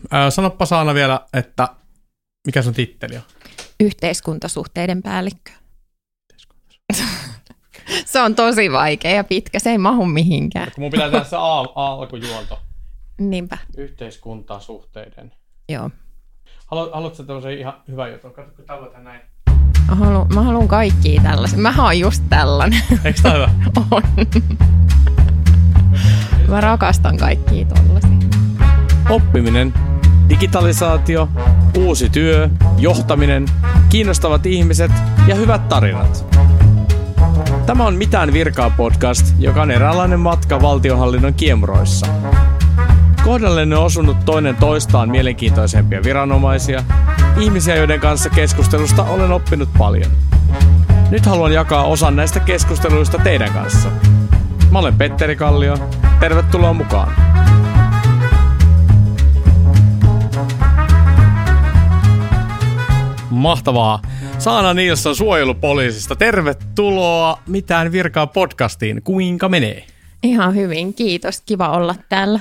Sanoppa Saana vielä, että mikä sun titteli on? Yhteiskuntasuhteiden päällikkö. Se on tosi vaikea ja pitkä, se ei mahu mihinkään. Kun mun pitää tehdä se alkujuonto. Niinpä. Yhteiskuntasuhteiden. Joo. Haluatko tämmöisen ihan hyvän jutun? Katso, kun tavoitan näin. Mä haluan kaikkia tällaisia. Mä oon just tällainen. Eikö tää hyvä? On. Mä rakastan kaikkia tollaisia. Oppiminen, digitalisaatio, uusi työ, johtaminen, kiinnostavat ihmiset ja hyvät tarinat. Tämä on Mitään virkaa podcast, joka on eräänlainen matka valtionhallinnon kiemuroissa. Kohdalleni on osunut toinen toistaan mielenkiintoisempia viranomaisia, ihmisiä, joiden kanssa keskustelusta olen oppinut paljon. Nyt haluan jakaa osan näistä keskusteluista teidän kanssa. Mä olen Petteri Kallio. Tervetuloa mukaan. Mahtavaa. Saana Nilsson suojelupoliisista. Tervetuloa Mitään virkaa podcastiin. Kuinka menee? Ihan hyvin, kiitos. Kiva olla täällä.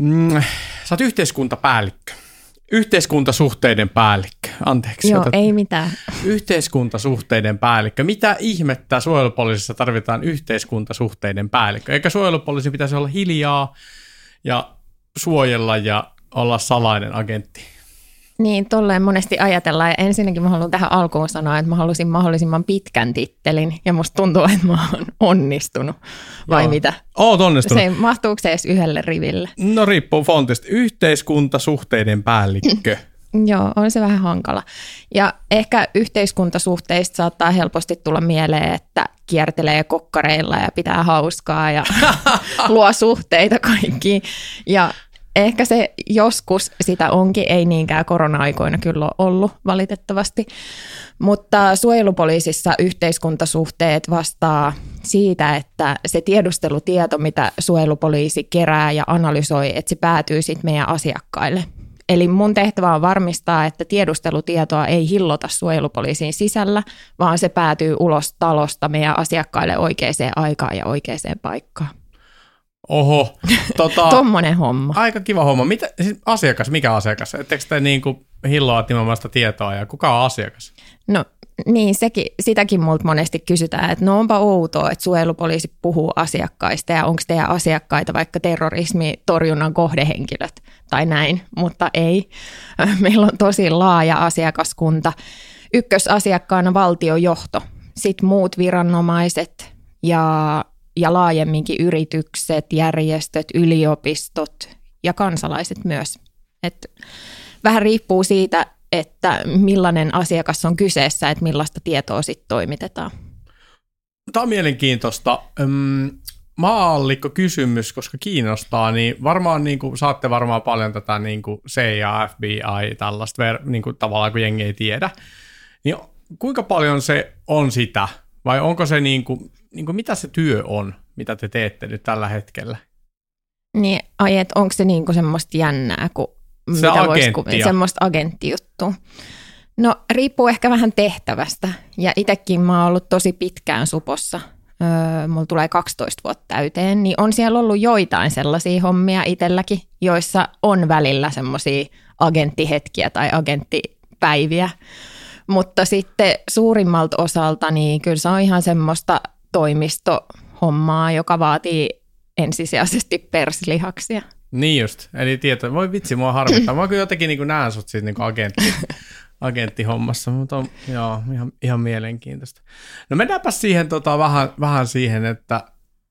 Sä oot yhteiskuntapäällikkö. Yhteiskuntasuhteiden päällikkö. Anteeksi. Joo, ei mitään. Yhteiskuntasuhteiden päällikkö. Mitä ihmettä suojelupoliisissa tarvitaan yhteiskuntasuhteiden päällikkö? Eikä suojelupoliisi pitäisi olla hiljaa ja suojella ja olla salainen agentti? Niin, tolleen monesti ajatellaan. Ja ensinnäkin mä haluan tähän alkuun sanoa, että mä halusin mahdollisimman pitkän tittelin. Ja musta tuntuu, että mä oon onnistunut. Vai Joo. Mitä? Oot onnistunut. Mahtuuko se edes yhdelle riville? No riippuu fontista. Yhteiskuntasuhteiden päällikkö. Joo, on se vähän hankala. Ja ehkä yhteiskuntasuhteista saattaa helposti tulla mieleen, että kiertelee kokkareilla ja pitää hauskaa ja luo suhteita kaikkiin. Ja ehkä se joskus sitä onkin, ei niinkään korona-aikoina kyllä ole ollut valitettavasti, mutta suojelupoliisissa yhteiskuntasuhteet vastaa siitä, että se tiedustelutieto, mitä suojelupoliisi kerää ja analysoi, että se päätyy sitten meidän asiakkaille. Eli mun tehtävä on varmistaa, että tiedustelutietoa ei hillota suojelupoliisin sisällä, vaan se päätyy ulos talosta meidän asiakkaille oikeaan aikaan ja oikeaan paikkaan. Oho. Tommonen homma. Aika kiva homma. Mikä asiakas? Etteikö te niinku hilloa nimenomaan sitä tietoa ja kuka on asiakas? No niin, sitäkin multa monesti kysytään, että no onpa outoa, että suojelupoliisi puhuu asiakkaista ja onko teidän asiakkaita vaikka terrorismitorjunnan kohdehenkilöt tai näin, mutta ei. Meillä on tosi laaja asiakaskunta. Ykkösasiakkaana valtiojohto, sitten muut viranomaiset ja laajemminkin yritykset, järjestöt, yliopistot ja kansalaiset myös. Et vähän riippuu siitä, että millainen asiakas on kyseessä, että millaista tietoa sitten toimitetaan. Tämä on mielenkiintoista. Maallikko kysymys, koska kiinnostaa, niin varmaan niin kuin, saatte varmaan paljon tätä niin kuin CIA, FBI, tällaista niin kuin, tavallaan kun jengi ei tiedä. Niin kuinka paljon se on sitä? Vai onko se niin kuin, mitä se työ on, mitä te teette nyt tällä hetkellä? Niin, että onko se niinku semmoista jännää, kuin se mitä voisi semmoista agenttijuttua? No, riippuu ehkä vähän tehtävästä. Ja itsekin mä oon ollut tosi pitkään supossa. Mulla tulee 12 vuotta täyteen, niin on siellä ollut joitain sellaisia hommia itselläkin, joissa on välillä semmoisia agenttihetkiä tai agenttipäiviä. Mutta sitten suurimmalta osalta, niin kyllä se on ihan semmoista toimistohommaa, joka vaatii ensisijaisesti persilihaksia. Niin just, eli tieto, voi vitsi, mua harmittaa. Mä kyllä jotenkin niin näen sut siis niin agenttihommassa, mutta on ihan mielenkiintoista. No mennäänpä siihen vähän siihen, että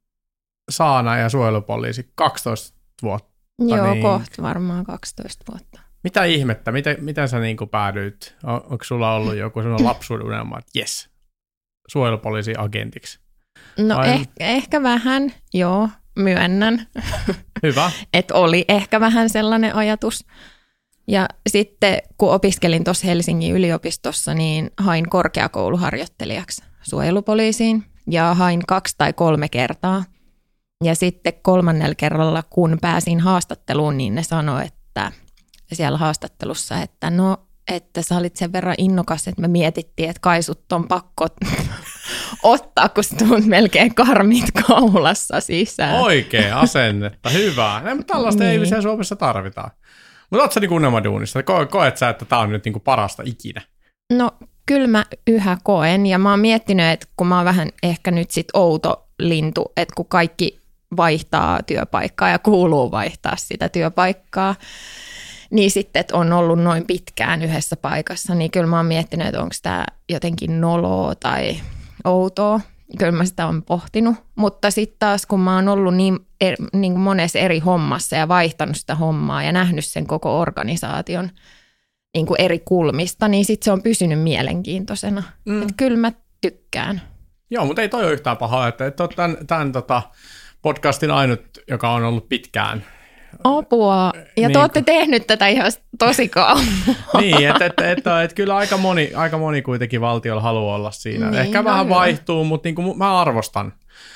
Saana ja suojelupoliisi 12 vuotta. Joo, niin kohta varmaan 12 vuotta. Mitä ihmettä, miten sä niin päädyit? Onko sulla ollut joku sellainen lapsuuden unelma, että jes, suojelupoliisi agentiksi? No ehkä vähän, joo, myönnän. Hyvä. Että oli ehkä vähän sellainen ajatus. Ja sitten kun opiskelin tuossa Helsingin yliopistossa, niin hain korkeakouluharjoittelijaksi suojelupoliisiin ja hain 2 tai 3 kertaa. Ja sitten 3. kerralla, kun pääsin haastatteluun, niin ne sanoi, että siellä haastattelussa, että no, että sä olit sen verran innokas, että me mietittiin, että kai sut on pakko ottaa, kun sä tulet melkein karmit kaulassa sisään. Oikein asennetta, hyvä. Mutta tällaista niin. Ei Suomessa tarvitaan. Mutta ootko sä niin unelmaduunissa? Koet sä, että tää on nyt niin parasta ikinä? No kyllä mä yhä koen ja mä oon miettinyt, että kun mä oon vähän ehkä nyt sit outo lintu, että kun kaikki vaihtaa työpaikkaa ja kuuluu vaihtaa sitä työpaikkaa, niin sitten, että on ollut noin pitkään yhdessä paikassa, niin kyllä mä oon miettinyt, että onko tämä jotenkin noloa tai outoa. Kyllä mä sitä oon pohtinut, mutta sitten taas kun mä oon ollut niin kuin monessa eri hommassa ja vaihtanut sitä hommaa ja nähnyt sen koko organisaation niin kuin eri kulmista, niin sitten se on pysynyt mielenkiintoisena. Että kyllä mä tykkään. Joo, mutta ei toi ole yhtään pahaa, että oot tämän podcastin ainut, joka on ollut pitkään. Apua. Ja niin te olette tehnyt tätä ihan tosi kauan. Niin, että kyllä aika moni kuitenkin valtiolla haluaa olla siinä. Niin, ehkä vähän vaihtuu, mutta niin kuin mä arvostan.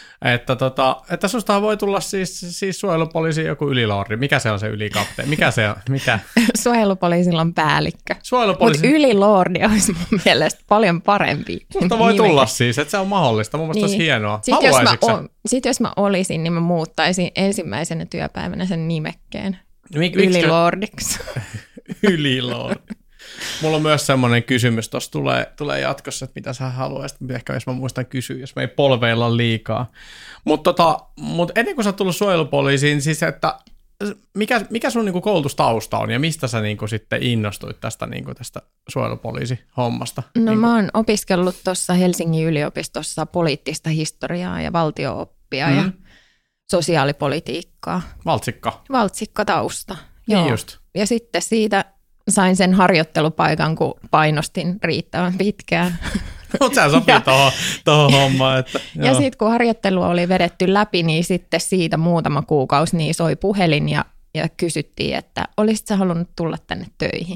Että sustahan voi tulla siis suojelupoliisin joku ylilordi. Mikä se on se ylikapteeni? Mikä se on? Mikä? Suojelupoliisilla on päällikkö. Mutta ylilordi olisi mun mielestä paljon parempi. Mutta voi tulla siis, että se on mahdollista. Mun mielestä olisi hienoa. Sitten jos mä olisin, niin mä muuttaisin ensimmäisenä työpäivänä sen nimekkeen. Ylilordiksi. Ylilordi. Mulla on myös semmoinen kysymys, tuossa tulee jatkossa, että mitä sä haluaisit, ehkä jos mä muistan kysyä, jos me ei polveilla liikaa. Mutta ennen kuin sä oot tullut suojelupoliisiin, siis että mikä sun niinku koulutustausta on ja mistä sä niinku sitten innostuit tästä suojelupoliisihommasta? No mä oon opiskellut tuossa Helsingin yliopistossa poliittista historiaa ja valtio-oppia ja sosiaalipolitiikkaa. Valtsikka tausta. Niin joo. just. Ja sitten siitä sain sen harjoittelupaikan, kun painostin riittävän pitkään. Mutta sä sopii tuohon hommaan. Että, ja sitten kun harjoittelu oli vedetty läpi, niin sitten siitä muutama kuukausi niin soi puhelin ja kysyttiin, että olisit sä halunnut tulla tänne töihin.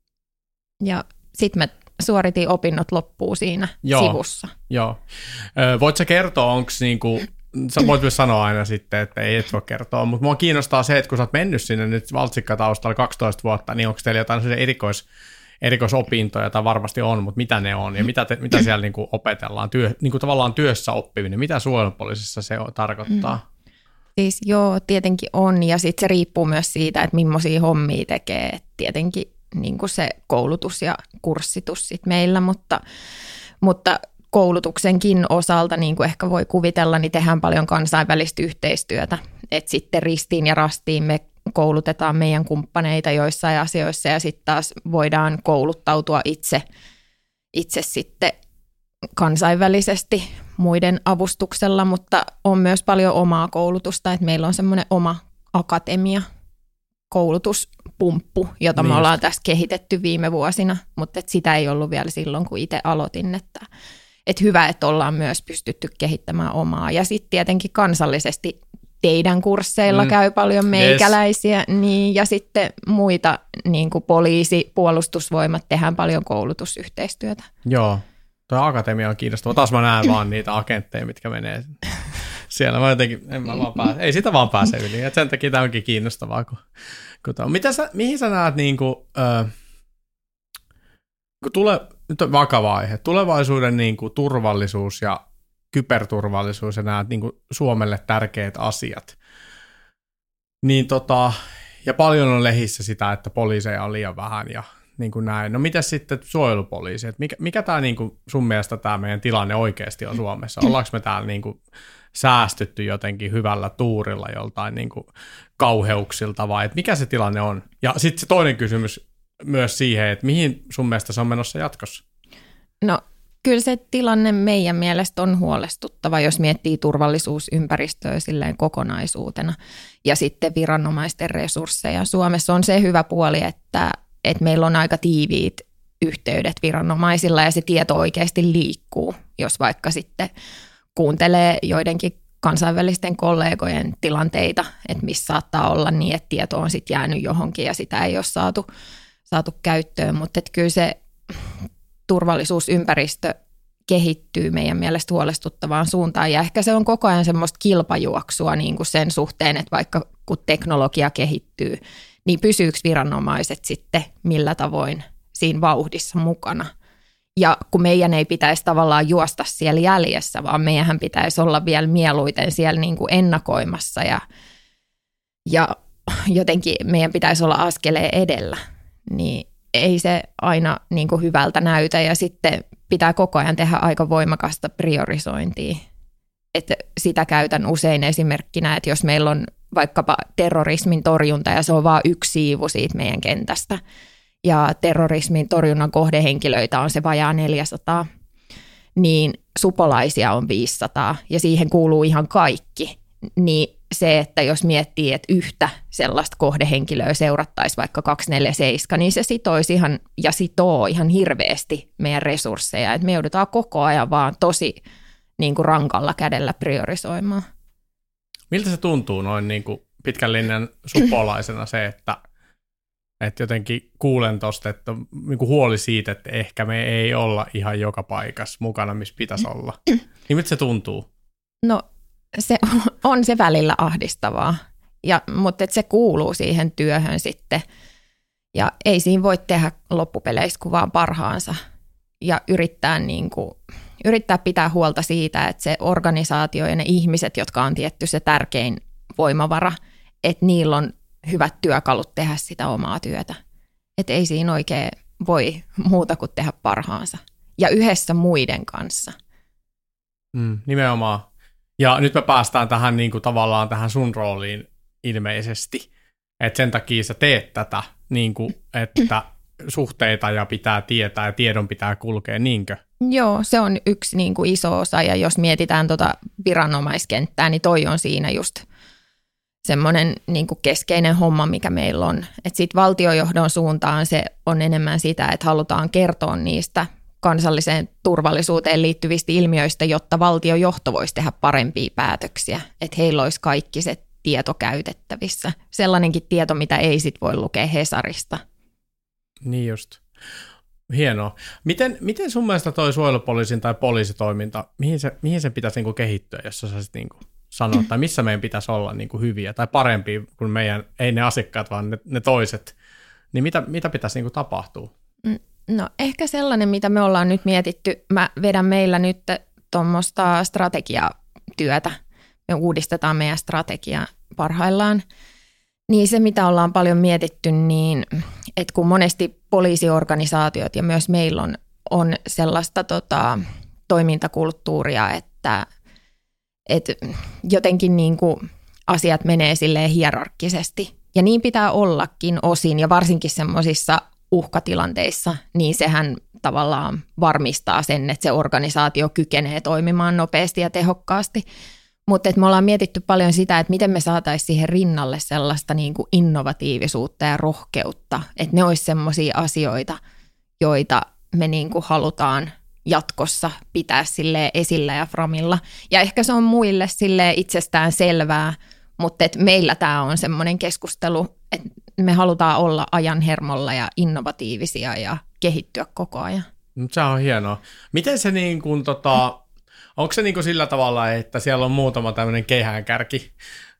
Ja sitten mä suoritin opinnot loppuun siinä sivussa. Joo. Voit sä kertoa, onko niinku... Sä voit myös sanoa aina sitten, että ei et voi kertoa, mutta mua kiinnostaa se, että kun sä oot mennyt sinne nyt valtsikkataustalla 12 vuotta, niin onko teillä jotain erikoisopintoja, tai varmasti on, mutta mitä ne on ja mitä siellä niinku opetellaan, niinku tavallaan työssä oppiminen, mitä suojelupoliisissa se tarkoittaa? Siis joo, tietenkin on ja sitten se riippuu myös siitä, että millaisia hommia tekee, et tietenkin niinku se koulutus ja kurssitus sit meillä, mutta koulutuksenkin osalta, niin kuin ehkä voi kuvitella, niin tehdään paljon kansainvälistä yhteistyötä. Et sitten ristiin ja rastiin me koulutetaan meidän kumppaneita joissain asioissa ja sitten taas voidaan kouluttautua itse sitten kansainvälisesti muiden avustuksella, mutta on myös paljon omaa koulutusta, että meillä on semmoinen oma akatemia, koulutuspumppu, jota me ollaan tässä kehitetty viime vuosina, mutta sitä ei ollut vielä silloin, kun itse aloitin, että hyvä, että ollaan myös pystytty kehittämään omaa. Ja sitten tietenkin kansallisesti teidän kursseilla käy paljon meikäläisiä, niin, ja sitten muita, niin kuin poliisi, puolustusvoimat, tehdään paljon koulutusyhteistyötä. Joo, tuo akatemia on kiinnostava. Taas mä näen vaan niitä agentteja, mitkä menee siellä. Mä jotenkin, ei sitä vaan pääse yli. Et sen takia tämä onkin kiinnostavaa. Mihin sä näet niin kuin, nyt on vakava aihe. Tulevaisuuden niin kuin turvallisuus ja kyberturvallisuus ja nämä niin kuin Suomelle tärkeät asiat. Niin ja paljon on lehissä sitä, että poliiseja on liian vähän ja niin kuin näin. No mitäs sitten suojelupoliisi? Mikä tämä niin kuin sun mielestä tämä meidän tilanne oikeasti on Suomessa? Ollaanko me täällä niin kuin säästytty jotenkin hyvällä tuurilla joltain niin kuin kauheuksilta vai mikä se tilanne on? Ja sitten se toinen kysymys myös siihen, että mihin sun mielestä se on menossa jatkossa? No kyllä se tilanne meidän mielestä on huolestuttava, jos miettii turvallisuusympäristöä silleen kokonaisuutena ja sitten viranomaisten resursseja. Suomessa on se hyvä puoli, että meillä on aika tiiviit yhteydet viranomaisilla ja se tieto oikeasti liikkuu, jos vaikka sitten kuuntelee joidenkin kansainvälisten kollegojen tilanteita, että missä saattaa olla niin, että tieto on sitten jäänyt johonkin ja sitä ei ole saatu käyttöön, mutta kyllä se turvallisuusympäristö kehittyy meidän mielestä huolestuttavaan suuntaan ja ehkä se on koko ajan semmoista kilpajuoksua niin kuin sen suhteen, että vaikka kun teknologia kehittyy, niin pysyykö viranomaiset sitten millä tavoin siinä vauhdissa mukana. Ja kun meidän ei pitäisi tavallaan juosta siellä jäljessä, vaan meidän pitäisi olla vielä mieluiten siellä niin kuin ennakoimassa ja jotenkin meidän pitäisi olla askeleen edellä, niin ei se aina niin kuin hyvältä näytä ja sitten pitää koko ajan tehdä aika voimakasta priorisointia. Että sitä käytän usein esimerkkinä, että jos meillä on vaikkapa terrorismin torjunta ja se on vain yksi siivu siitä meidän kentästä ja terrorismin torjunnan kohdehenkilöitä on se vajaa 400, niin supolaisia on 500 ja siihen kuuluu ihan kaikki. Niin se, että jos miettii, että yhtä sellaista kohdehenkilöä seurattaisi vaikka 247, niin se sitoisi ihan ja sitoo ihan hirveästi meidän resursseja. Että me joudutaan koko ajan vaan tosi niin kuin rankalla kädellä priorisoimaan. Miltä se tuntuu noin niin kuin pitkän linjan supolaisena se, että jotenkin kuulen tuosta, että on niin kuin huoli siitä, että ehkä me ei olla ihan joka paikassa mukana, missä pitäisi olla. Niin miltä se tuntuu? No se on se välillä ahdistavaa, mutta se kuuluu siihen työhön sitten. Ja ei siinä voi tehdä loppupeleissä kuin vaan parhaansa ja yrittää pitää huolta siitä, että se organisaatio ja ne ihmiset, jotka on tietty se tärkein voimavara, että niillä on hyvät työkalut tehdä sitä omaa työtä. Että ei siinä oikein voi muuta kuin tehdä parhaansa. Ja yhdessä muiden kanssa. Nimenomaan. Ja nyt me päästään tähän niin kuin tavallaan tähän sun rooliin ilmeisesti. Että sen takia sä teet tätä, niin kuin, että suhteita ja pitää tietää ja tiedon pitää kulkea, niinkö? Joo, se on yksi niin kuin iso osa ja jos mietitään viranomaiskenttää, niin toi on siinä just semmoinen niin kuin keskeinen homma, mikä meillä on. Että sitten valtiojohdon suuntaan se on enemmän sitä, että halutaan kertoa niistä kansalliseen turvallisuuteen liittyvistä ilmiöistä, jotta valtiojohto voisi tehdä parempia päätöksiä. Että heillä olisi kaikki se tieto käytettävissä. Sellainenkin tieto, mitä ei sit voi lukea Hesarista. Niin just. Hienoa. Miten sun mielestä toi suojelupoliisin tai poliisitoiminta, mihin se pitäisi niinku kehittyä, jos sä saisit niinku sanoa, tai missä meidän pitäisi olla niinku hyviä tai parempia kuin meidän, ei ne asiakkaat, vaan ne toiset, niin mitä pitäisi niinku tapahtua? No ehkä sellainen, mitä me ollaan nyt mietitty, mä vedän meillä nyt tuommoista strategiatyötä, me uudistetaan meidän strategiaa parhaillaan, niin se mitä ollaan paljon mietitty, niin että kun monesti poliisiorganisaatiot ja myös meillä on sellaista toimintakulttuuria, että jotenkin niin kuin asiat menee silleen hierarkkisesti ja niin pitää ollakin osin ja varsinkin semmoisissa uhkatilanteissa, niin sehän tavallaan varmistaa sen, että se organisaatio kykenee toimimaan nopeasti ja tehokkaasti. Mutta me ollaan mietitty paljon sitä, että miten me saataisiin siihen rinnalle sellaista niin kuin innovatiivisuutta ja rohkeutta, että ne olisi semmoisia asioita, joita me niin kuin halutaan jatkossa pitää silleen esillä ja framilla. Ja ehkä se on muille silleen itsestään selvää, mutta että meillä tämä on semmoinen keskustelu, että me halutaan olla ajan hermolla ja innovatiivisia ja kehittyä koko ajan. Se on hienoa. Miten se niin kuin onko se niin kuin sillä tavalla, että siellä on muutama tämmöinen keihäänkärki,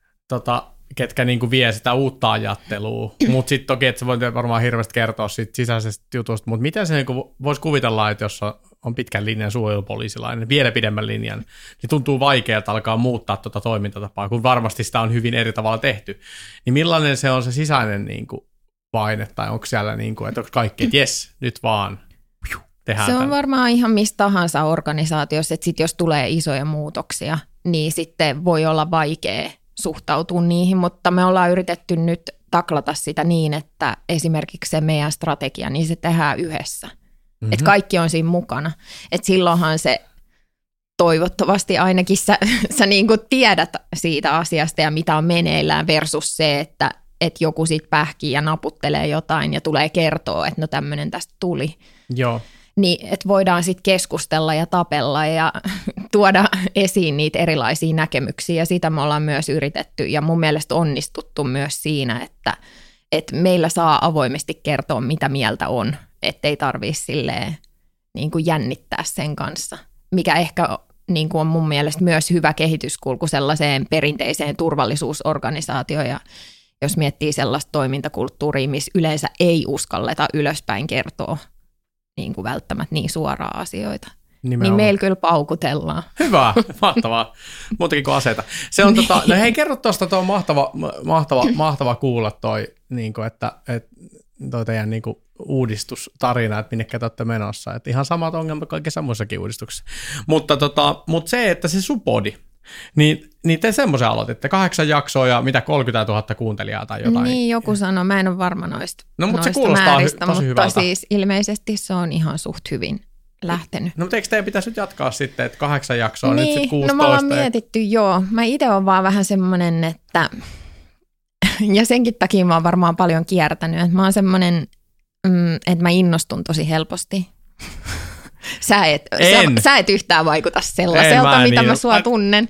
ketkä niin kuin vie sitä uutta ajattelua, mutta sitten toki, että sä voit varmaan hirveästi kertoa siitä sisäisestä jutusta, mutta miten se niin kuin voisi kuvitella, että jos on pitkän linjan suojelupoliisilainen, vielä pidemmän linjan, niin tuntuu vaikealta alkaa muuttaa tuota toimintatapaa, kun varmasti sitä on hyvin eri tavalla tehty. Niin millainen se on se sisäinen niin kuin paine, tai onko siellä, niin kuin, että onko kaikki, että jes, nyt vaan tehdään se on tämän. Varmaan ihan mistä tahansa organisaatiossa, että sit jos tulee isoja muutoksia, niin sitten voi olla vaikea suhtautua niihin, mutta me ollaan yritetty nyt taklata sitä niin, että esimerkiksi se meidän strategia, niin se tehdään yhdessä. Mm-hmm. Että kaikki on siinä mukana. Että silloinhan se toivottavasti ainakin sä niin kuin tiedät siitä asiasta ja mitä on meneillään versus se, että joku sit pähkii ja naputtelee jotain ja tulee kertoa, että no tämmöinen tästä tuli. Joo. Niin, että voidaan sitten keskustella ja tapella ja tuoda esiin niitä erilaisia näkemyksiä ja sitä me ollaan myös yritetty ja mun mielestä onnistuttu myös siinä, että meillä saa avoimesti kertoa mitä mieltä on, ettei tarvitse silleen niin kuin jännittää sen kanssa, mikä ehkä niin kuin on mun mielestä myös hyvä kehityskulku sellaiseen perinteiseen turvallisuusorganisaatioon ja jos miettii sellaista toimintakulttuuria, missä yleensä ei uskalleta ylöspäin kertoa niin kuin välttämättä niin suoraan asioita. niin meillä kyllä paukutellaan. Hyvä, mahtavaa. Muutakin kuin aseita. Se on no hei, kerro tuosta, tuo mahtava kuulla toi, niin kuin, että toi teidän niin kuin uudistustarina, että minnekä te olette menossa. Että ihan samat ongelmat kaikissa muissakin uudistuksissa. Mutta se, että se supodi, niin te semmoisen aloititte, 8 jaksoa ja mitä 30 000 kuuntelijaa tai jotain. Niin, joku sanoi, mä en ole varma noista mutta se kuulostaa määristä, tosi hyvältä. Mutta siis ilmeisesti se on ihan suht hyvin lähtenyt. No mutta eikö teidän pitäisi nyt jatkaa sitten, että 8 jaksoa, niin, nyt sitten 16? No me ollaan mietitty, joo. Mä itse olen vaan vähän semmoinen, että ja senkin takia mä oon varmaan paljon kiertänyt, että mä oon semmoinen, että mä innostun tosi helposti. Sä et yhtään vaikuta sellaiselta, mitä mä sua tunnen.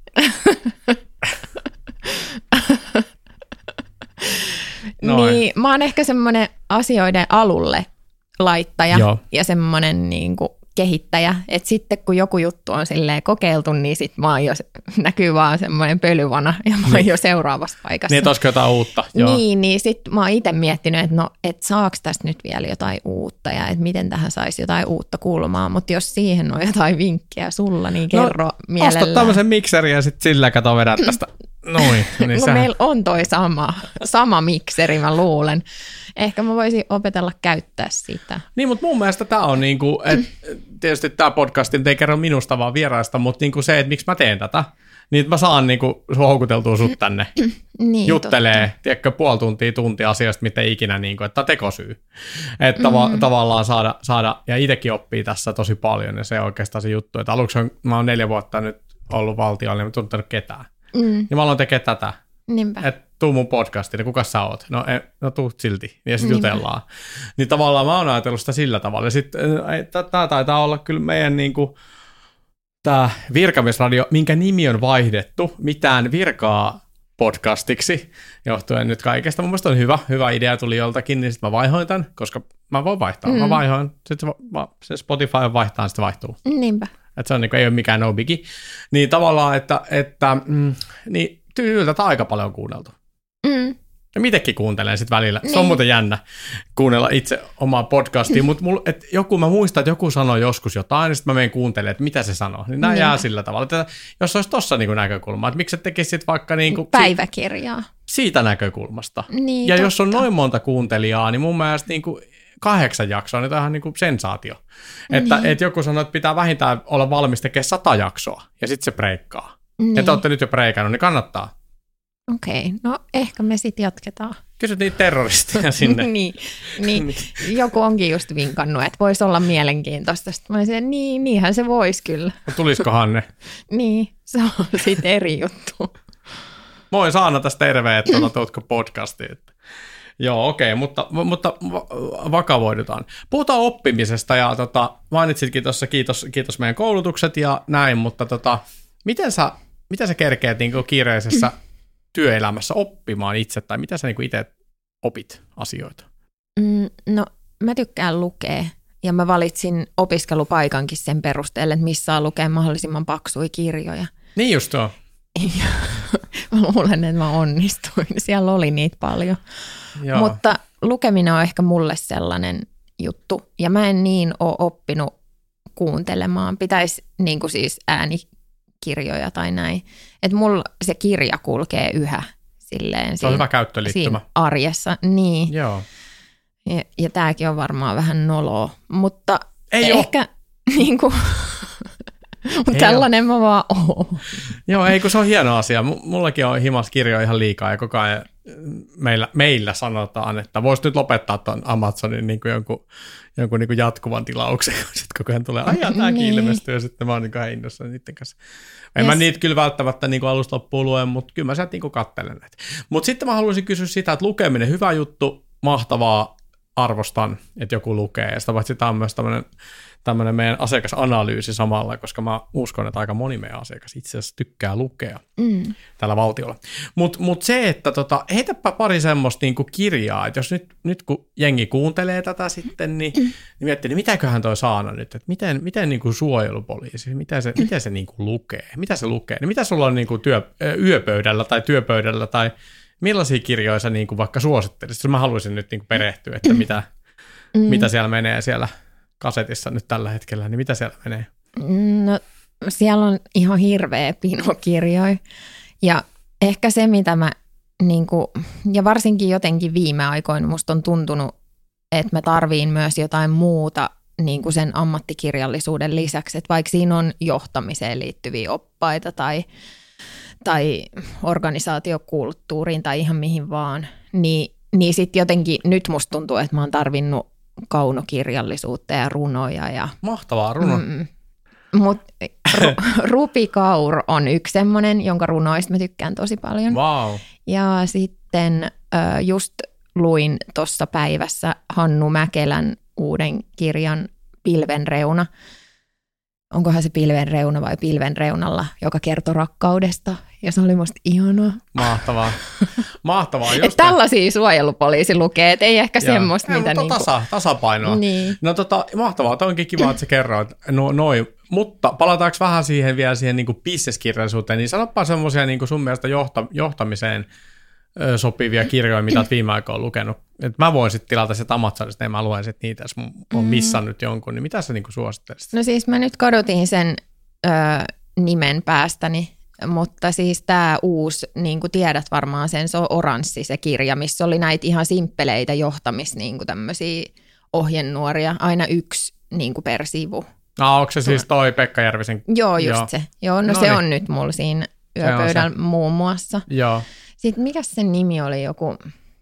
Niin, mä oon ehkä semmoinen asioiden alulle laittaja ja semmoinen niin kuin kehittäjä, että sitten kun joku juttu on silleen kokeiltu, niin sit mä oon jo, näkyy vaan semmoinen pölyvana ja mä oon jo seuraavassa paikassa. Niin, että olisiko jotain uutta. Joo. Niin sit mä oon itse miettinyt, että saako tästä nyt vielä jotain uutta ja että miten tähän saisi jotain uutta kulmaa, mutta jos siihen on jotain vinkkejä sulla, niin kerro mielellään. Osta tämmöisen mikserin ja sitten sillä kato vedät tästä. Noin. Niin no meillä on toi sama mikseri, mä luulen. Ehkä mä voisin opetella käyttää sitä. Niin, mutta mun mielestä tämä on niinku, että tietysti tämä podcasti ei kerro minusta vaan vieraista, mutta niinku se, että miksi mä teen tätä, niin että mä saan niinku houkuteltua sut tänne niin, juttelee, tiedätkö, puoli tuntia asioista, mitä ikinä, niinku, että tekosyy. Että tavallaan saada, ja itsekin oppii tässä tosi paljon, ja se on oikeastaan se juttu, että aluksi mä oon 4 vuotta nyt ollut valtiolla, niin mä en tuntenut ketään. Ja mä aloin tekemään tätä. Niinpä. Että tuu mun podcastiin, ja kuka sä oot? No tuu silti, ja sitten jutellaan. Niin tavallaan mä oon ajatellut sitä sillä tavalla. Ja sitten tää taitaa olla kyllä meidän niinku, tää virkamiesradio, minkä nimi on vaihdettu mitään virkaa podcastiksi, johtuen nyt kaikesta. Mun mielestä on hyvä idea tuli joltakin, niin sitten mä vaihoin tämän, koska mä voin vaihtaa. Mä vaihoin, sitten se Spotify vaihtaa, sitten vaihtuu. Niinpä. Että se on, niin ei ole mikään no biggie. Niin tavallaan, että niin tyyliltä tätä aika paljon on kuunneltu. Ja mitekin kuuntelen sitten välillä. Niin. Se on muuten jännä kuunnella itse omaa podcastia, mutta mä muistan, että joku sanoi joskus jotain, niin sitten mä menen kuuntelemaan, että mitä se sanoo. Niin nämä jää sillä tavalla. Että jos olisi tossa niin näkökulma, että miksi et tekisit vaikka niin päiväkirjaa siitä näkökulmasta. Niin, ja totta. jos on noin monta kuuntelijaa, niin mun mielestä niin 8 jaksoa, niin tämä on ihan niin kuin sensaatio. Että joku sanoo, että pitää vähintään olla valmis tekemään 100 jaksoa, ja sitten se breikkaa. Niin. Ja te olette nyt jo breikannut, niin kannattaa. Okei, no ehkä me sitten jatketaan. Kysyt niitä terroristeja sinne. niin, joku onkin just vinkannut, että voisi olla mielenkiintoista. Sitten mä olisin, niinhän se voisi kyllä. No, tulisikohan ne? Niin, se on sitten eri juttu. Moi Saana tästä terve, että tuutko podcastiin. Joo, okei, mutta vakavoidutaan. Puhutaan oppimisesta ja mainitsitkin tuossa, kiitos meidän koulutukset ja näin, mutta miten sä kerkeät niin kiireisessä työelämässä oppimaan itse, tai mitä sä niin itse opit asioita? No, mä tykkään lukea, ja mä valitsin opiskelupaikankin sen perusteella, että missä on lukea mahdollisimman paksuja kirjoja. Niin just on. Mä luulen, että mä onnistuin. Siellä oli niitä paljon. Joo. Mutta lukeminen on ehkä mulle sellainen juttu, ja mä en niin ole oppinut kuuntelemaan. Pitäisi niin kuin siis äänikirjoja tai näin. Että mulla se kirja kulkee yhä silleen. Se on hyvä käyttöliittymä. Arjessa, niin. Joo. Ja tääkin on varmaan vähän noloa, mutta ei ehkä niin kuin mutta tällainen mä vaan oon. Joo, ei kun se on hieno asia. Mullakin on himas kirjoja ihan liikaa ja koko ajan meillä sanotaan, että voisi nyt lopettaa tuon Amazonin niin kuin jonkun niin kuin jatkuvan tilauksen, kun sitten koko ajan tulee, tämäkin ilmestyy ja sitten mä oon niin innossa niiden kanssa. En mä niitä kyllä välttämättä niin kuin alusta loppuun luen, mutta kyllä mä sieltä niin katselen näitä. Mutta sitten mä haluaisin kysyä sitä, että lukeminen, hyvä juttu, mahtavaa, arvostan, että joku lukee. Ja sitä paitsi tämä on myös tämmöinen meidän asiakasanalyysi samalla, koska mä uskon, että aika moni meidän asiakas itse asiassa tykkää lukea tällä valtiolla. Mutta se, että heitäpä pari semmoista niinku kirjaa, että jos nyt kun jengi kuuntelee tätä sitten, niin miettii, niin mitäköhän toi Saana nyt, että miten niinku suojelupoliisi, miten se niinku lukee, mitä se lukee, niin mitä sulla on niinku yöpöydällä tai työpöydällä tai millaisia kirjoja sä niinku vaikka suosittelisit? Mä haluaisin nyt niinku perehtyä, että mitä siellä menee siellä kasetissa nyt tällä hetkellä, niin mitä siellä menee? No siellä on ihan hirveä pino kirjoja ja ehkä se, mitä mä niinku, ja varsinkin jotenkin viime aikoina musta on tuntunut, että mä tarviin myös jotain muuta niinku sen ammattikirjallisuuden lisäksi, että vaikka siinä on johtamiseen liittyviä oppaita tai organisaatiokulttuuriin tai ihan mihin vaan, niin sitten jotenkin nyt musta tuntuu, että mä oon tarvinnut kaunokirjallisuutta ja runoja. Ja, mahtavaa, runo. Mutta Rupi Kaur on yksi semmoinen, jonka runoista mä tykkään tosi paljon. Wow. Ja sitten just luin tuossa päivässä Hannu Mäkelän uuden kirjan Pilvenreuna. Onkohan se Pilvenreuna vai Pilvenreunalla, joka kertoo rakkaudesta. Ja se oli musta ihanaa. Mahtavaa. Mahtavaa. Just tällaisia suojelupoliisi lukee, et ei ehkä semmoista, mitä niinku tasapainoa. Niin. No mahtavaa, toi onkin kiva, että sä kerroit noin. Mutta palataanko vähän vielä siihen niinku business-kirjallisuuteen, niin sanoppa semmoisia niinku sun mielestä johtamiseen sopivia kirjoja, mitä olet viime aikoina lukenut. Et mä voin sitten tilata sieltä Amazonista, ja mä luen sitten niitä, jos on missannut jonkun, niin mitä sä niinku suosittelisit? No siis mä nyt kadotin sen nimen päästäni, mutta siis tämä uusi, niin kuin tiedät varmaan sen, se on oranssi se kirja, missä oli näitä ihan simppeleitä niin kuin tämmöisiä ohjenuoria, aina yksi niin kuin per sivu. Onko se siis toi Pekka Järvisen? Joo, just se. Joo, no se on nyt mulla siinä yöpöydällä muun muassa. Joo. Sitten mikä sen nimi oli joku,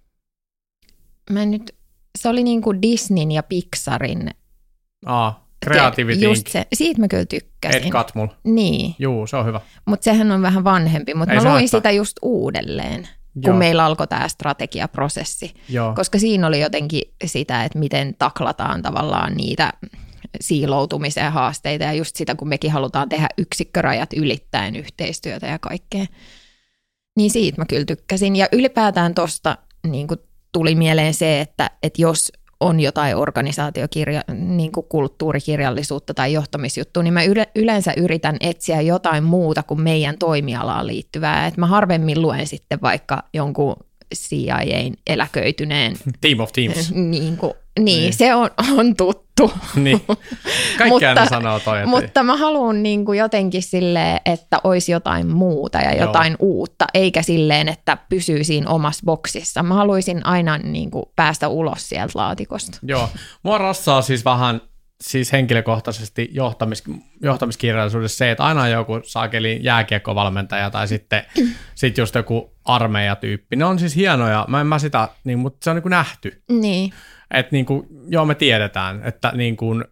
se oli niin kuin Disneyn ja Pixarin. Creativity Inc. Just se, siitä mä kyllä tykkäsin. Ed Catmull. Niin. Juu, se on hyvä. Mutta sehän on vähän vanhempi, mutta mä luin sitä just uudelleen, kun meillä alkoi tämä strategiaprosessi. Joo. Koska siinä oli jotenkin sitä, että miten taklataan tavallaan niitä siiloutumisen haasteita ja just sitä, kun mekin halutaan tehdä yksikkörajat ylittäen yhteistyötä ja kaikkea. Niin siitä mä kyllä tykkäsin. Ja ylipäätään tosta niin kuin tuli mieleen se, että jos on jotain niin kuin kulttuurikirjallisuutta tai johtamisjuttua, niin mä yleensä yritän etsiä jotain muuta kuin meidän toimialaan liittyvää. Et mä harvemmin luen sitten vaikka jonkun CIA:n eläköityneen. Team of Teams. Niin, se on tuttu. Niin. Kaikkea ne sanoo toi. Mutta mä haluan niin kuin jotenkin silleen, että olisi jotain muuta ja jotain uutta, eikä silleen, että pysyy siinä omassa boksissa. Mä haluaisin aina niin kuin päästä ulos sieltä laatikosta. Joo, mua rassaa siis vähän henkilökohtaisesti johtamiskirjallisuudessa se, että aina on joku saakeli jääkiekkovalmentaja tai sitten just joku armeijatyyppi. Ne on siis hienoja, mä sitä, mutta se on niin kuin nähty. Niin. Että niin kuin, me tiedetään, että niin kuin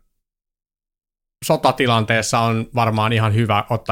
sotatilanteessa on varmaan ihan hyvä ottaa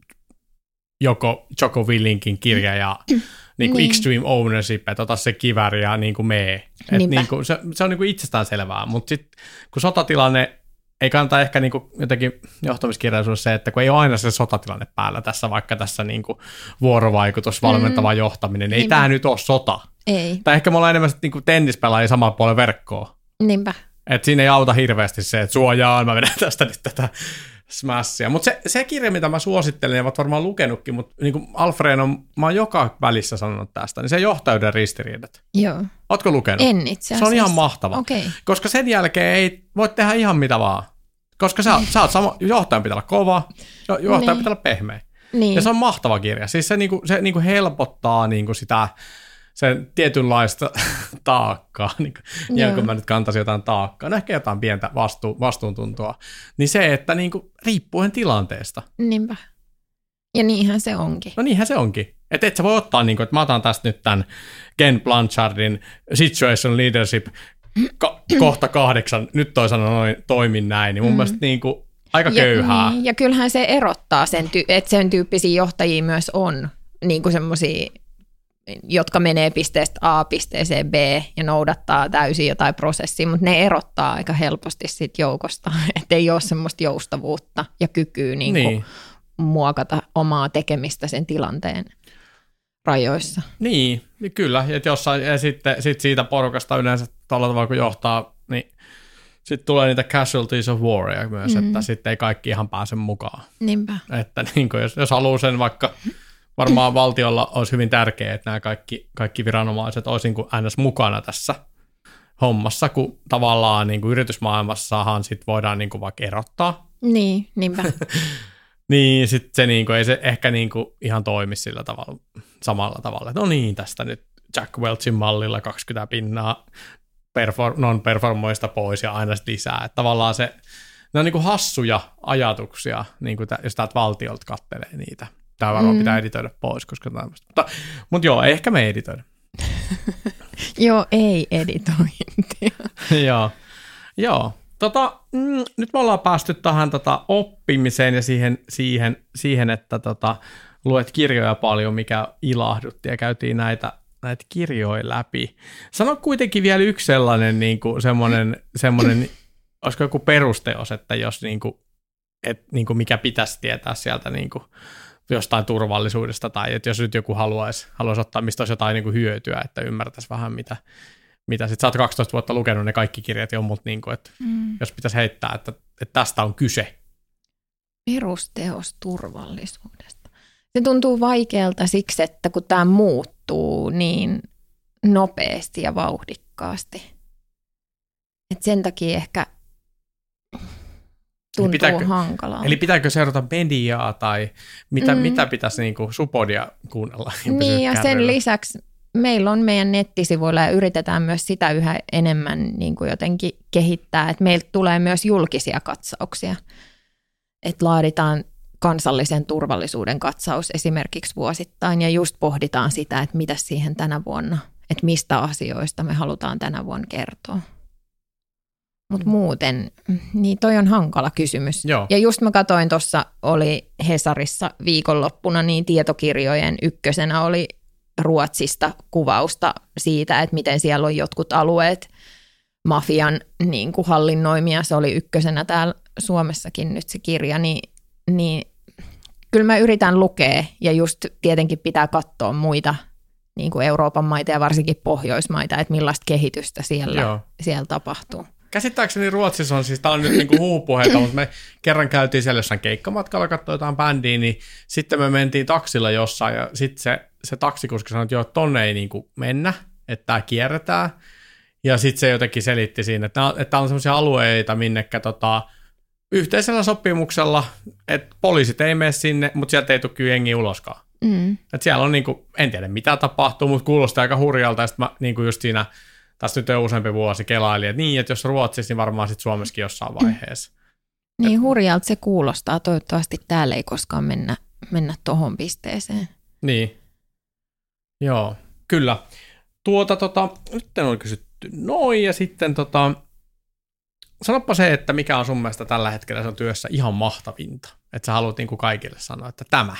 joko Jocko Willinkin kirja ja niin kuin Extreme Ownership, että ota se kivääri ja niin kuin mee. Niin kuin, se on niin kuin itsestäänselvää, mutta sitten kun sotatilanne, ei kannata ehkä niin kuin jotenkin johtamiskirjallisuudessa se, että kun ei ole aina se sotatilanne päällä tässä, vaikka tässä niin kuin vuorovaikutus, valmentava johtaminen, ei tämä nyt ole sota. Ei. Tai ehkä me ollaan enemmän niin kuin tennispelaajia samalla puolella verkkoa. Niinpä. Että siinä ei auta hirveästi se, että suojaan, mä vedän tästä nyt tätä smashia. Mutta se kirja, mitä mä suosittelen, ja olet varmaan lukenutkin, mutta niin kuin Alfred mä oon joka välissä sanonut tästä, niin se johtajuuden ristiriidat. Joo. Ootko lukenut? En itse asiassa. Se on ihan mahtava. Okay. Koska sen jälkeen ei voi tehdä ihan mitä vaan. Koska sä oot johtajan pitää olla kova, johtajan pitää olla pehmeä. Niin. Ja se on mahtava kirja. Siis se niinku helpottaa niinku sitä sen tietynlaista taakkaa, niin kun mä nyt kantaisin jotain taakkaa, ehkä jotain pientä vastuuntuntoa, niin se, että niinku, riippuen tilanteesta. Niinpä. Ja niinhän se onkin. No niinhän se onkin. Että et sä voi ottaa, niinku, että mä otan tästä nyt tämän Ken Blanchardin Situation Leadership kohta 8, nyt toi sanoo noin, toimin näin, niin mun mielestä niinku, aika köyhää. Ja kyllähän se erottaa että sen tyyppisiä johtajia myös on, niin kuin semmoisia, jotka menee pisteestä A pisteeseen B ja noudattaa täysin jotain prosessia, mutta ne erottaa aika helposti siitä joukosta, että ei ole semmoista joustavuutta ja kykyä niin. Muokata omaa tekemistä sen tilanteen rajoissa. Niin kyllä, että jossain, ja sitten siitä porukasta yleensä tällä tavalla kun johtaa, niin sitten tulee niitä casualties of waria myös, että sitten ei kaikki ihan pääse mukaan. Niinpä. Että niin kuin, jos haluaa sen vaikka, varmaan valtiolla olisi hyvin tärkeää, että nämä kaikki viranomaiset olisivat niin ns. Mukana tässä hommassa, kun tavallaan niin kuin yritysmaailmassahan sit voidaan niin kuin vaikka erottaa Niin, niinpä. Niin, sitten se niinku, ei se ehkä niinku ihan toimi sillä tavalla, samalla tavalla. No niin, tästä nyt Jack Welchin mallilla 20 pinnaa non-performoista pois ja aina lisää. Että tavallaan ne on niinku hassuja ajatuksia, niinku jos täältä valtiolta kattelee niitä. Tämä varmaan pitää editoida pois, koska tämmöistä. Mutta joo, ei ehkä me editoida. Joo, ei editointia. Joo. Nyt me ollaan päästy tähän oppimiseen ja siihen että luet kirjoja paljon, mikä ilahdutti ja käytiin näitä kirjoja läpi. Sano kuitenkin vielä yksi sellainen, niin semmoinen, olisiko joku perusteos, että jos mikä pitäisi tietää sieltä jostain turvallisuudesta, tai että jos nyt joku haluaisi ottaa, mistä olisi jotain hyötyä, että ymmärtäisi vähän, mitä sitten sä oot 12 vuotta lukenut ne kaikki kirjat jo, mutta että jos pitäisi heittää, että tästä on kyse. Perusteos turvallisuudesta. Se tuntuu vaikealta siksi, että kun tämä muuttuu niin nopeasti ja vauhdikkaasti. Et sen takia ehkä tuntuu hankalaa. Eli pitääkö seurata mediaa tai mitä pitäisi Supodia kuunnella? Niin ja sen lisäksi meillä on meidän nettisivuilla ja yritetään myös sitä yhä enemmän jotenkin kehittää, että meiltä tulee myös julkisia katsauksia. Että laaditaan kansallisen turvallisuuden katsaus esimerkiksi vuosittain ja just pohditaan sitä, että mitä siihen tänä vuonna, että mistä asioista me halutaan tänä vuonna kertoa. Mutta muuten, niin toi on hankala kysymys. Joo. Ja just mä katsoin tuossa, oli Hesarissa viikonloppuna, niin tietokirjojen ykkösenä oli Ruotsista kuvausta siitä, että miten siellä on jotkut alueet mafian hallinnoimia. Se oli ykkösenä täällä Suomessakin nyt se kirja, niin kyllä mä yritän lukea ja just tietenkin pitää katsoa muita Euroopan maita ja varsinkin Pohjoismaita, että millaista kehitystä siellä tapahtuu. Käsittääkseni Ruotsissa on, siis tämä on nyt huupuheita, mutta me kerran käytiin siellä jossain keikkamatkalla, katsoin jotain bändiä, niin sitten me mentiin taksilla jossain ja sitten se taksikuski sanoi, että joo, tonne ei mennä, että tämä kierretään. Ja sitten se jotenkin selitti siinä, että on sellaisia alueita, minnekä yhteisellä sopimuksella, että poliisit ei mene sinne, mutta sieltä ei tule kyllä jengi uloskaan. Että siellä on, en tiedä mitä tapahtuu, mutta kuulostaa aika hurjalta, ja sitten mä just siinä, tässä nyt jo useampi vuosi kelailin, että jos Ruotsissa, niin varmaan sitten Suomessakin jossain vaiheessa. Niin hurjalta se kuulostaa, toivottavasti täällä ei koskaan mennä tohon pisteeseen. Niin, joo, kyllä. Nyt on kysytty noin, ja sitten sanoppa se, että mikä on sun mielestä tällä hetkellä sun työssä ihan mahtavinta, että sä haluat kaikille sanoa, että tämä.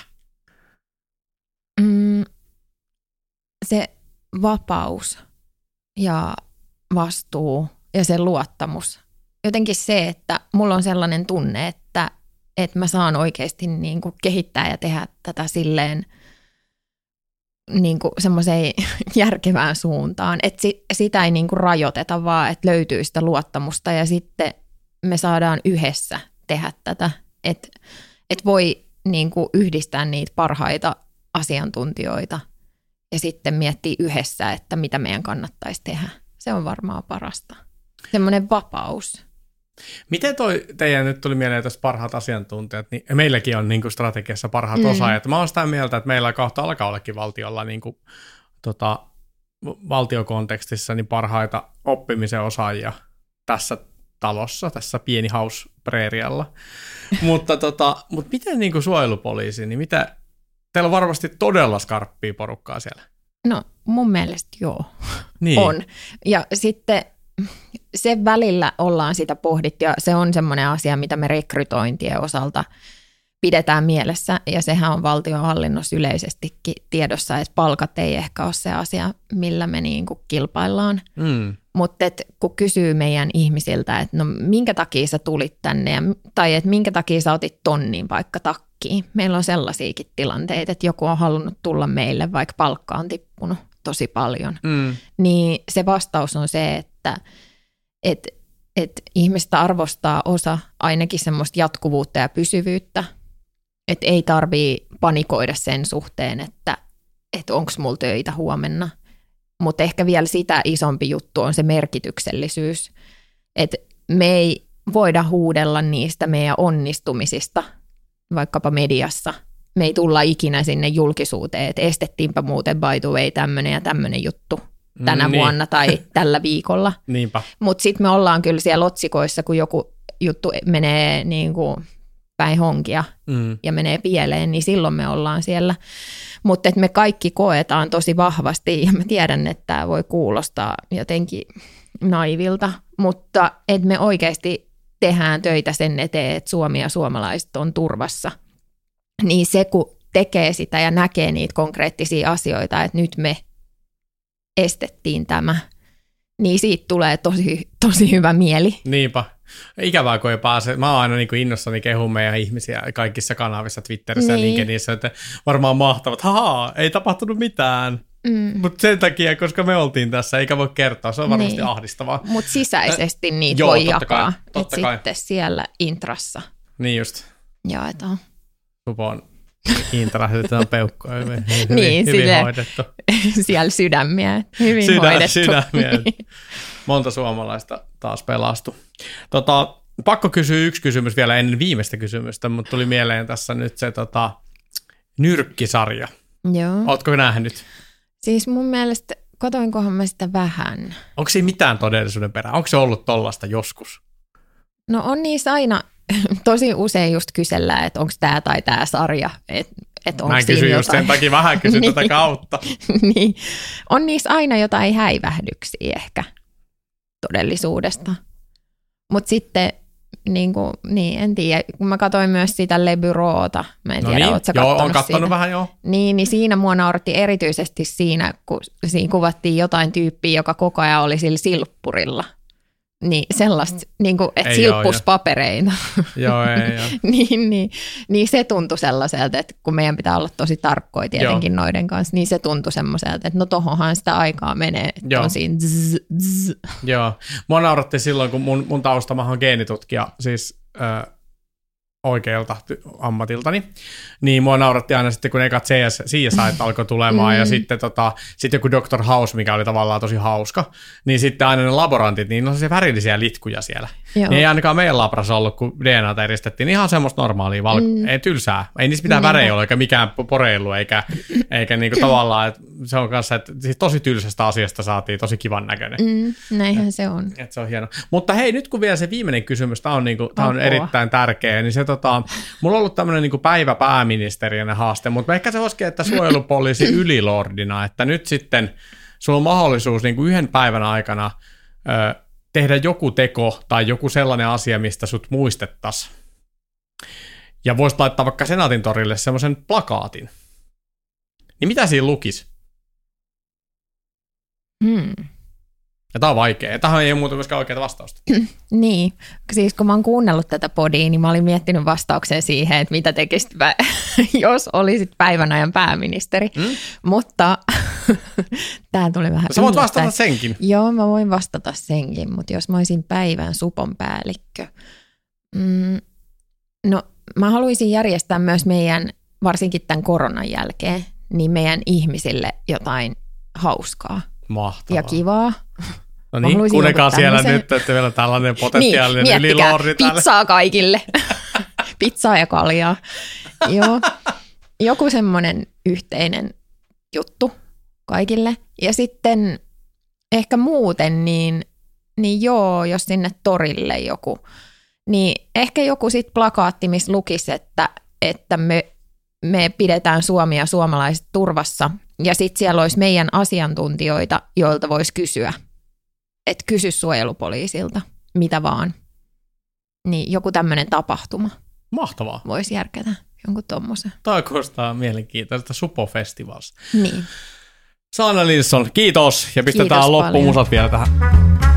Se vapaus ja vastuu ja se luottamus. Jotenkin se, että mulla on sellainen tunne, että mä saan oikeasti kehittää ja tehdä tätä silleen semmoiseen järkevään suuntaan, että sitä ei rajoiteta, vaan että löytyy sitä luottamusta ja sitten me saadaan yhdessä tehdä tätä, että voi yhdistää niitä parhaita asiantuntijoita ja sitten miettiä yhdessä, että mitä meidän kannattaisi tehdä. Se on varmaan parasta. Semmoinen vapaus. Miten teidän nyt tuli mieleen tästä parhaat asiantuntijat, niin meilläkin on strategiassa parhaat osaajat. Mä oon sitä mieltä, että meillä kohta alkaa ollakin valtiolla valtiokontekstissa niin parhaita oppimisen osaajia tässä talossa, tässä pieni house preerialla. mutta miten suojelupoliisi, niin teillä on varmasti todella skarppia porukkaa siellä. No mun mielestä joo, niin. On. Ja sitten se välillä ollaan sitä pohdittu ja se on semmoinen asia, mitä me rekrytointien osalta pidetään mielessä ja sehän on valtionhallinnossa yleisestikin tiedossa, että palkat ei ehkä ole se asia, millä me kilpaillaan. Mutta kun kysyy meidän ihmisiltä, että no minkä takia sä tulit tänne tai että minkä takia sä otit tonnin vaikka takkiin. Meillä on sellaisiakin tilanteita, että joku on halunnut tulla meille, vaikka palkka on tippunut tosi paljon. Niin se vastaus on se, että ihmistä arvostaa osa ainakin semmoista jatkuvuutta ja pysyvyyttä, että ei tarvitse panikoida sen suhteen, että onko mulla töitä huomenna. Mutta ehkä vielä sitä isompi juttu on se merkityksellisyys, että me ei voida huudella niistä meidän onnistumisista, vaikkapa mediassa. Me ei tulla ikinä sinne julkisuuteen, että estettiinpä muuten by the way tämmöinen ja tämmöinen juttu tänä vuonna tai tällä viikolla. Niinpä. Mutta sitten me ollaan kyllä siellä otsikoissa, kun joku juttu menee niin kuin päin honkia ja menee pieleen, niin silloin me ollaan siellä. Mutta me kaikki koetaan tosi vahvasti, ja mä tiedän, että tämä voi kuulostaa jotenkin naivilta, mutta että me oikeasti tehdään töitä sen eteen, että Suomi ja suomalaiset on turvassa. Niin se, kun tekee sitä ja näkee niitä konkreettisia asioita, että nyt me estettiin tämä, niin siitä tulee tosi hyvä mieli. Niinpä. Ikävää, kun ei pääse. Mä oon aina niin kuin innossani kehun meidän ihmisiä kaikissa kanavissa, Twitterissä ja LinkedInissä, että varmaan mahtavat, ei tapahtunut mitään. Mutta sen takia, koska me oltiin tässä, eikä voi kertoa, se on varmasti ahdistavaa. Mutta sisäisesti niitä voi jakaa, että sitten siellä intrassa jaetaan. Supon intra, sitten on peukkoa, hyvin hoidettu. Siellä sydämiä, hyvin hoidettu. Sydämiä. Monta suomalaista taas pelastui. Pakko kysyä yksi kysymys vielä ennen viimeistä kysymystä, mutta tuli mieleen tässä nyt se nyrkkisarja. Joo. Ootko nähnyt? Siis mun mielestä, katoinkohan mä sitä vähän. Onko siinä mitään todellisuuden perää? Onko se ollut tollasta joskus? No on niissä aina, tosi usein just kysellään, että onko tämä tai tämä sarja. Mä kysyn just sen takia vähän kysyn tätä kautta. Niin. On niissä aina jotain häivähdyksiä ehkä todellisuudesta. Mutta sitten, en tiedä, kun mä katsoin myös sitä Le Bureauta, mä en tiedä, ootko sä kattonut oon kattonut siitä? Vähän, joo. Niin siinä mua nauratti erityisesti siinä, kun siinä kuvattiin jotain tyyppiä, joka koko ajan oli sillä silppurilla. Niin sellaista, että silppus papereina. Joo, niin se tuntui sellaiselta, että kun meidän pitää olla tosi tarkkoja tietenkin noiden kanssa, niin se tuntui semmoiselta, että no tohonhan sitä aikaa menee, että on siinä zzz. Joo, mua nauratti silloin, kun mun taustamahan on geenitutkija, siis oikealta ammatiltani, niin mua nauratti aina sitten, kun ekat CSI alkoi tulemaan, ja sitten joku Dr. House, mikä oli tavallaan tosi hauska, niin sitten aina ne laborantit, niin on se värillisiä litkuja siellä. Niin ei ainakaan meidän labrassa ollut, kun DNAta eristettiin, ihan semmoista normaalia, ei tylsää. Ei niissä mitään värejä ole, eikä mikään poreilu, eikä niinku tavallaan, että se on kanssa, että siis tosi tylsästä asiasta saatiin tosi kivan näköinen. Näinhän se on. Että se on hieno. Mutta hei, nyt kun vielä se viimeinen kysymys, tämä on erittäin tärkeä, niin se mulla on ollut tämmöinen niin päivä pääministeriönä haaste, mutta ehkä se koskee, että suojelupoliisi ylilordina, että nyt sitten sulla on mahdollisuus niin kuin yhden päivän aikana tehdä joku teko tai joku sellainen asia, mistä sut muistettaisiin. Ja voisit laittaa vaikka Senaatin torille semmoisen plakaatin. Niin mitä siinä lukisi? Ja tämä on vaikea. Tähän ei ole muuta myöskään oikeaa vastausta. Niin. Siis kun mä oon kuunnellut tätä podia, niin mä olin miettinyt vastauksen siihen, että mitä tekisit, jos olisit päivän ajan pääministeri. Mutta tämä tuli vähän sä voit vastata senkin. Joo, mä voin vastata senkin, mutta jos mä olisin päivän supon päällikkö. No, mä haluaisin järjestää myös meidän, varsinkin tämän koronan jälkeen, niin meidän ihmisille jotain hauskaa. Mahtavaa. Ja kivaa. No niin, kuunnelkaa siellä nyt, että vielä tällainen potentiaalinen niin, ylilordi täällä. Pizzaa kaikille. Pizzaa ja kaljaa. Joo. Joku semmoinen yhteinen juttu kaikille. Ja sitten ehkä muuten, niin joo, jos sinne torille joku, niin ehkä joku sit plakaatti, missä lukisi, että me pidetään Suomi ja suomalaiset turvassa. Ja sitten siellä olisi meidän asiantuntijoita, joilta voisi kysyä. Että kysy suojelupoliisilta, mitä vaan. Niin joku tämmöinen tapahtuma. Mahtavaa. Voisi järkätä jonkun tommosen. Tämä kuulostaa mielenkiintoista Supo-festivaalista. Niin. Sanna Nilsson, kiitos. Ja pistetään loppumusat vielä tähän.